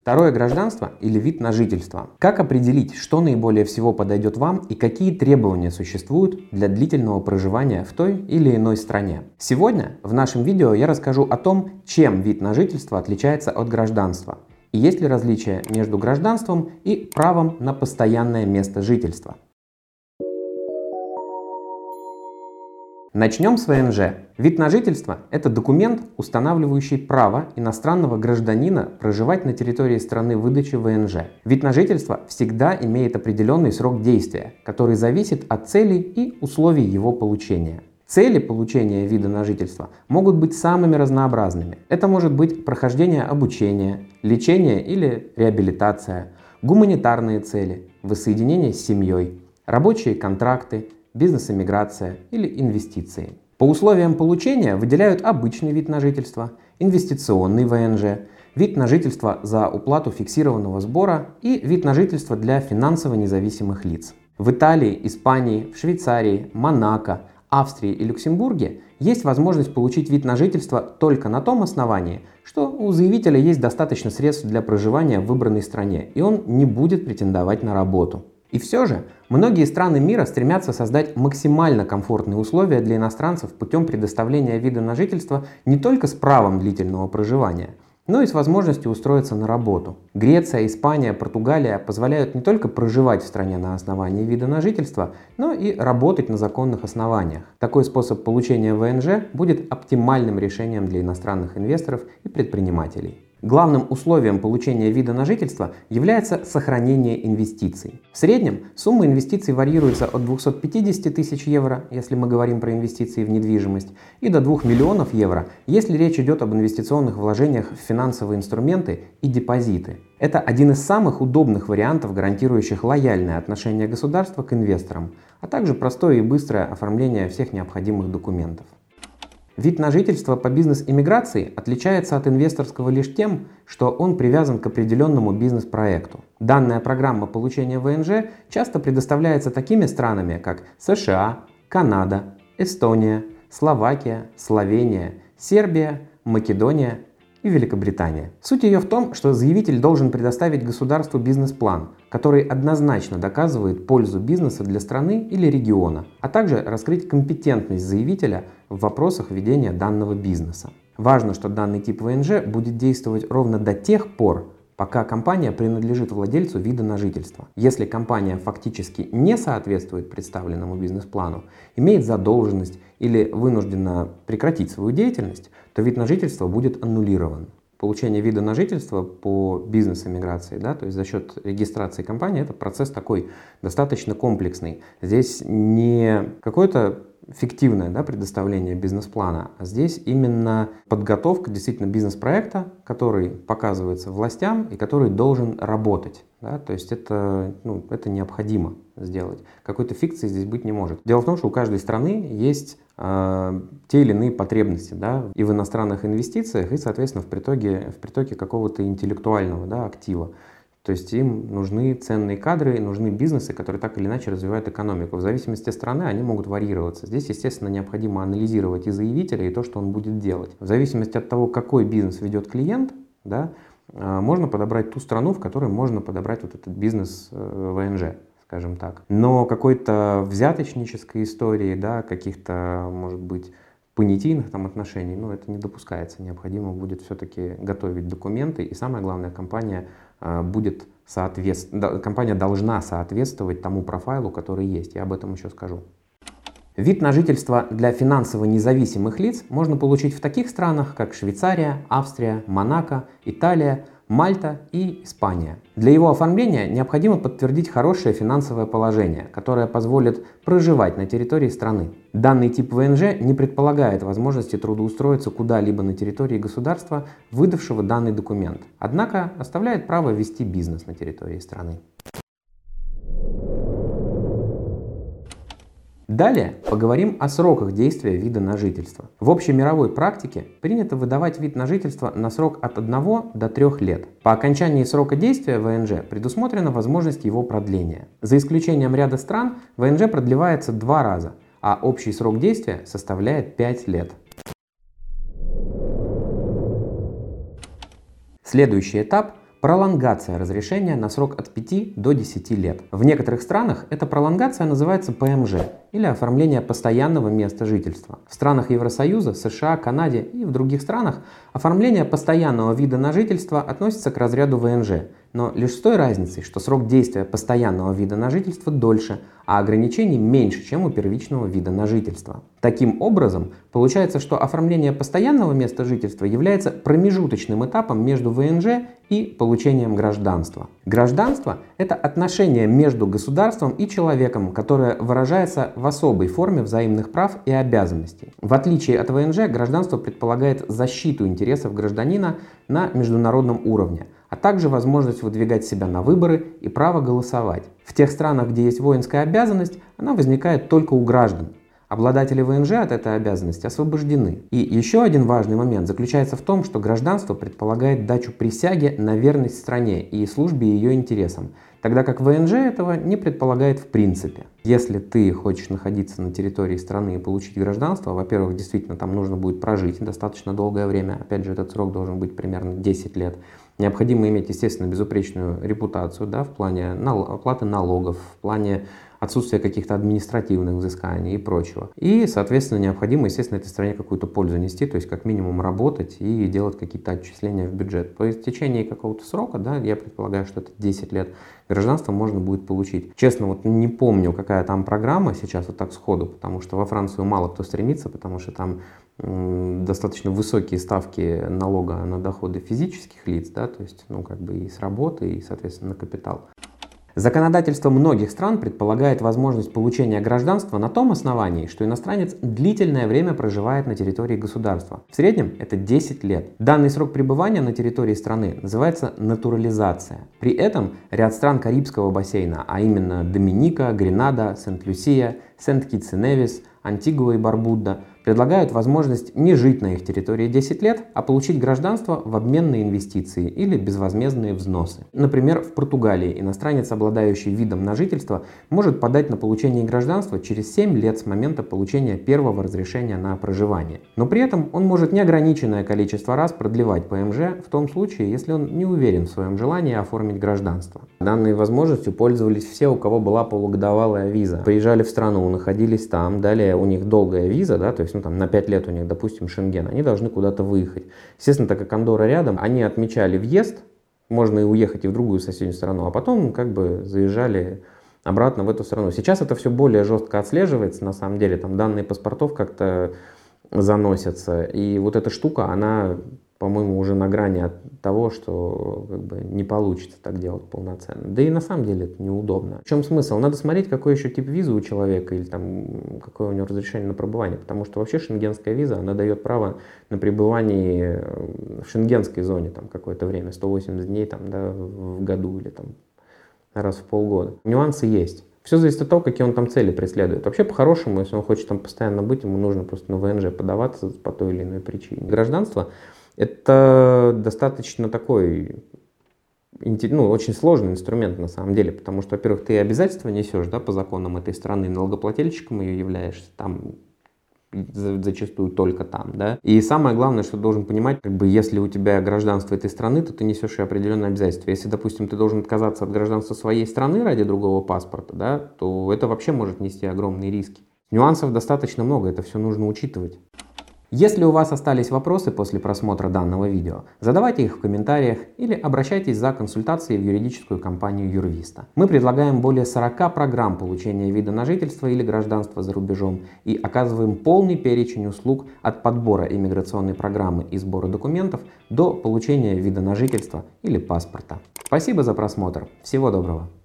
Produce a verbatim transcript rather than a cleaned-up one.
Второе гражданство или вид на жительство. Как определить, что наиболее всего подойдет вам и какие требования существуют для длительного проживания в той или иной стране? Сегодня в нашем видео я расскажу о том, чем вид на жительство отличается от гражданства и есть ли различия между гражданством и правом на постоянное место жительства. Начнем с вэ эн жэ. Вид на жительство – это документ, устанавливающий право иностранного гражданина проживать на территории страны выдачи вэ эн жэ. Вид на жительство всегда имеет определенный срок действия, который зависит от целей и условий его получения. Цели получения вида на жительство могут быть самыми разнообразными. Это может быть прохождение обучения, лечение или реабилитация, гуманитарные цели, воссоединение с семьей, рабочие контракты, бизнес-эмиграция или инвестиции. По условиям получения выделяют обычный вид на жительство, инвестиционный вэ эн жэ, вид на жительство за уплату фиксированного сбора и вид на жительство для финансово независимых лиц. В Италии, Испании, в Швейцарии, Монако, Австрии и Люксембурге есть возможность получить вид на жительство только на том основании, что у заявителя есть достаточно средств для проживания в выбранной стране, и он не будет претендовать на работу. И все же, многие страны мира стремятся создать максимально комфортные условия для иностранцев путем предоставления вида на жительство не только с правом длительного проживания, но и с возможностью устроиться на работу. Греция, Испания, Португалия позволяют не только проживать в стране на основании вида на жительство, но и работать на законных основаниях. Такой способ получения вэ эн жэ будет оптимальным решением для иностранных инвесторов и предпринимателей. Главным условием получения вида на жительство является сохранение инвестиций. В среднем сумма инвестиций варьируется от двухсот пятидесяти тысяч евро, если мы говорим про инвестиции в недвижимость, и до двух миллионов евро, если речь идет об инвестиционных вложениях в финансовые инструменты и депозиты. Это один из самых удобных вариантов, гарантирующих лояльное отношение государства к инвесторам, а также простое и быстрое оформление всех необходимых документов. Вид на жительство по бизнес-иммиграции отличается от инвесторского лишь тем, что он привязан к определенному бизнес-проекту. Данная программа получения вэ эн жэ часто предоставляется такими странами, как США, Канада, Эстония, Словакия, Словения, Сербия, Македония и Великобритания. Суть ее в том, что заявитель должен предоставить государству бизнес-план, который однозначно доказывает пользу бизнеса для страны или региона, а также раскрыть компетентность заявителя в вопросах ведения данного бизнеса. Важно, что данный тип вэ эн жэ будет действовать ровно до тех пор, пока компания принадлежит владельцу вида на жительство. Если компания фактически не соответствует представленному бизнес-плану, имеет задолженность или вынуждена прекратить свою деятельность, то вид на жительство будет аннулирован. Получение вида на жительство по бизнес-эмиграции, да, то есть за счет регистрации компании, это процесс такой достаточно комплексный. Здесь не какое-то фиктивное, да, предоставление бизнес-плана, а здесь именно подготовка действительно бизнес-проекта, который показывается властям и который должен работать. Да, то есть это, ну, это необходимо сделать. Какой-то фикции здесь быть не может. Дело в том, что у каждой страны есть э, те или иные потребности, да, и в иностранных инвестициях, и, соответственно, в притоге, в притоке какого-то интеллектуального, да, актива. То есть им нужны ценные кадры, нужны бизнесы, которые так или иначе развивают экономику. В зависимости от страны они могут варьироваться. Здесь, естественно, необходимо анализировать и заявителя, и то, что он будет делать. В зависимости от того, какой бизнес ведет клиент, да, можно подобрать ту страну, в которой можно подобрать вот этот бизнес вэ эн жэ, скажем так. Но какой-то взяточнической истории, да, каких-то, может быть, понятийных там отношений, ну, это не допускается. Необходимо будет все-таки готовить документы, и самое главное, компания э, будет соответствовать, компания должна соответствовать тому профайлу, который есть. Я об этом еще скажу. Вид на жительство для финансово независимых лиц можно получить в таких странах, как Швейцария, Австрия, Монако, Италия, Мальта и Испания. Для его оформления необходимо подтвердить хорошее финансовое положение, которое позволит проживать на территории страны. Данный тип вэ эн жэ не предполагает возможности трудоустроиться куда-либо на территории государства, выдавшего данный документ, однако оставляет право вести бизнес на территории страны. Далее поговорим о сроках действия вида на жительство. В общемировой практике принято выдавать вид на жительство на срок от одного до трёх лет. По окончании срока действия вэ эн жэ предусмотрена возможность его продления. За исключением ряда стран вэ эн жэ продлевается два раза, а общий срок действия составляет пять лет. Следующий этап пролонгация разрешения на срок от пяти до десяти лет. В некоторых странах эта пролонгация называется Пэ Эм Жэ или оформление постоянного места жительства. В странах Евросоюза, США, Канаде и в других странах оформление постоянного вида на жительство относится к разряду вэ эн жэ, но лишь с той разницей, что срок действия постоянного вида на жительство дольше, а ограничений меньше, чем у первичного вида на жительство. Таким образом, получается, что оформление постоянного места жительства является промежуточным этапом между вэ эн жэ и получением гражданства. Гражданство – это отношение между государством и человеком, которое выражается в особой форме взаимных прав и обязанностей. В отличие от вэ эн жэ, гражданство предполагает защиту интересов гражданина на международном уровне, а также возможность выдвигать себя на выборы и право голосовать. В тех странах, где есть воинская обязанность, она возникает только у граждан. Обладатели вэ эн жэ от этой обязанности освобождены. И еще один важный момент заключается в том, что гражданство предполагает дачу присяги на верность стране и службе ее интересам, тогда как вэ эн жэ этого не предполагает в принципе. Если ты хочешь находиться на территории страны и получить гражданство, во-первых, действительно там нужно будет прожить достаточно долгое время, опять же, этот срок должен быть примерно десять лет. Необходимо иметь, естественно, безупречную репутацию, да, в плане нал- оплаты налогов, в плане отсутствия каких-то административных взысканий и прочего. И, соответственно, необходимо, естественно, этой стране какую-то пользу нести, то есть как минимум работать и делать какие-то отчисления в бюджет. По истечении какого-то срока, да, я предполагаю, что это десять лет, гражданство можно будет получить. Честно, вот не помню, какая там программа сейчас вот так сходу, потому что во Францию мало кто стремится, потому что там м, достаточно высокие ставки налога на доходы физических лиц, да, то есть, ну, как бы и с работы, и, соответственно, на капитал. Законодательство многих стран предполагает возможность получения гражданства на том основании, что иностранец длительное время проживает на территории государства. В среднем это десять лет. Данный срок пребывания на территории страны называется натурализация. При этом ряд стран Карибского бассейна, а именно Доминика, Гренада, Сент-Люсия, Сент-Китс и Невис, Антигуа и Барбуда, предлагают возможность не жить на их территории десять лет, а получить гражданство в обмен на инвестиции или безвозмездные взносы. Например, в Португалии иностранец, обладающий видом на жительство, может подать на получение гражданства через семь лет с момента получения первого разрешения на проживание. Но при этом он может неограниченное количество раз продлевать Пэ Эм Жэ в том случае, если он не уверен в своем желании оформить гражданство. Данной возможностью пользовались все, у кого была полугодовалая виза. Приезжали в страну, находились там, далее у них долгая виза, да, то есть ну, там, на пять лет у них, допустим, Шенген, они должны куда-то выехать. Естественно, так как Андорра рядом, они отмечали въезд, можно и уехать и в другую соседнюю страну, а потом как бы заезжали обратно в эту страну. Сейчас это все более жестко отслеживается, на самом деле, там данные паспортов как-то заносятся, и вот эта штука, она, по-моему, уже на грани от того, что как бы не получится так делать полноценно. Да и на самом деле это неудобно. В чем смысл? Надо смотреть, какой еще тип визы у человека или там, какое у него разрешение на пребывание. Потому что вообще шенгенская виза, она дает право на пребывание в шенгенской зоне там какое-то время, сто восемьдесят дней там, да, в году или там раз в полгода. Нюансы есть. Все зависит от того, какие он там цели преследует. Вообще, по-хорошему, если он хочет там постоянно быть, ему нужно просто на вэ эн жэ подаваться по той или иной причине. Гражданство — это достаточно такой, ну, очень сложный инструмент на самом деле, потому что, во-первых, ты обязательства несешь, да, по законам этой страны, налогоплательщиком ее являешься, там зачастую только там, да. И самое главное, что ты должен понимать, как бы, если у тебя гражданство этой страны, то ты несешь и определенные обязательства. Если, допустим, ты должен отказаться от гражданства своей страны ради другого паспорта, да, то это вообще может нести огромные риски. Нюансов достаточно много, это все нужно учитывать. Если у вас остались вопросы после просмотра данного видео, задавайте их в комментариях или обращайтесь за консультацией в юридическую компанию Юрвиста. Мы предлагаем более сорока программ получения вида на жительство или гражданство за рубежом и оказываем полный перечень услуг от подбора иммиграционной программы и сбора документов до получения вида на жительство или паспорта. Спасибо за просмотр. Всего доброго.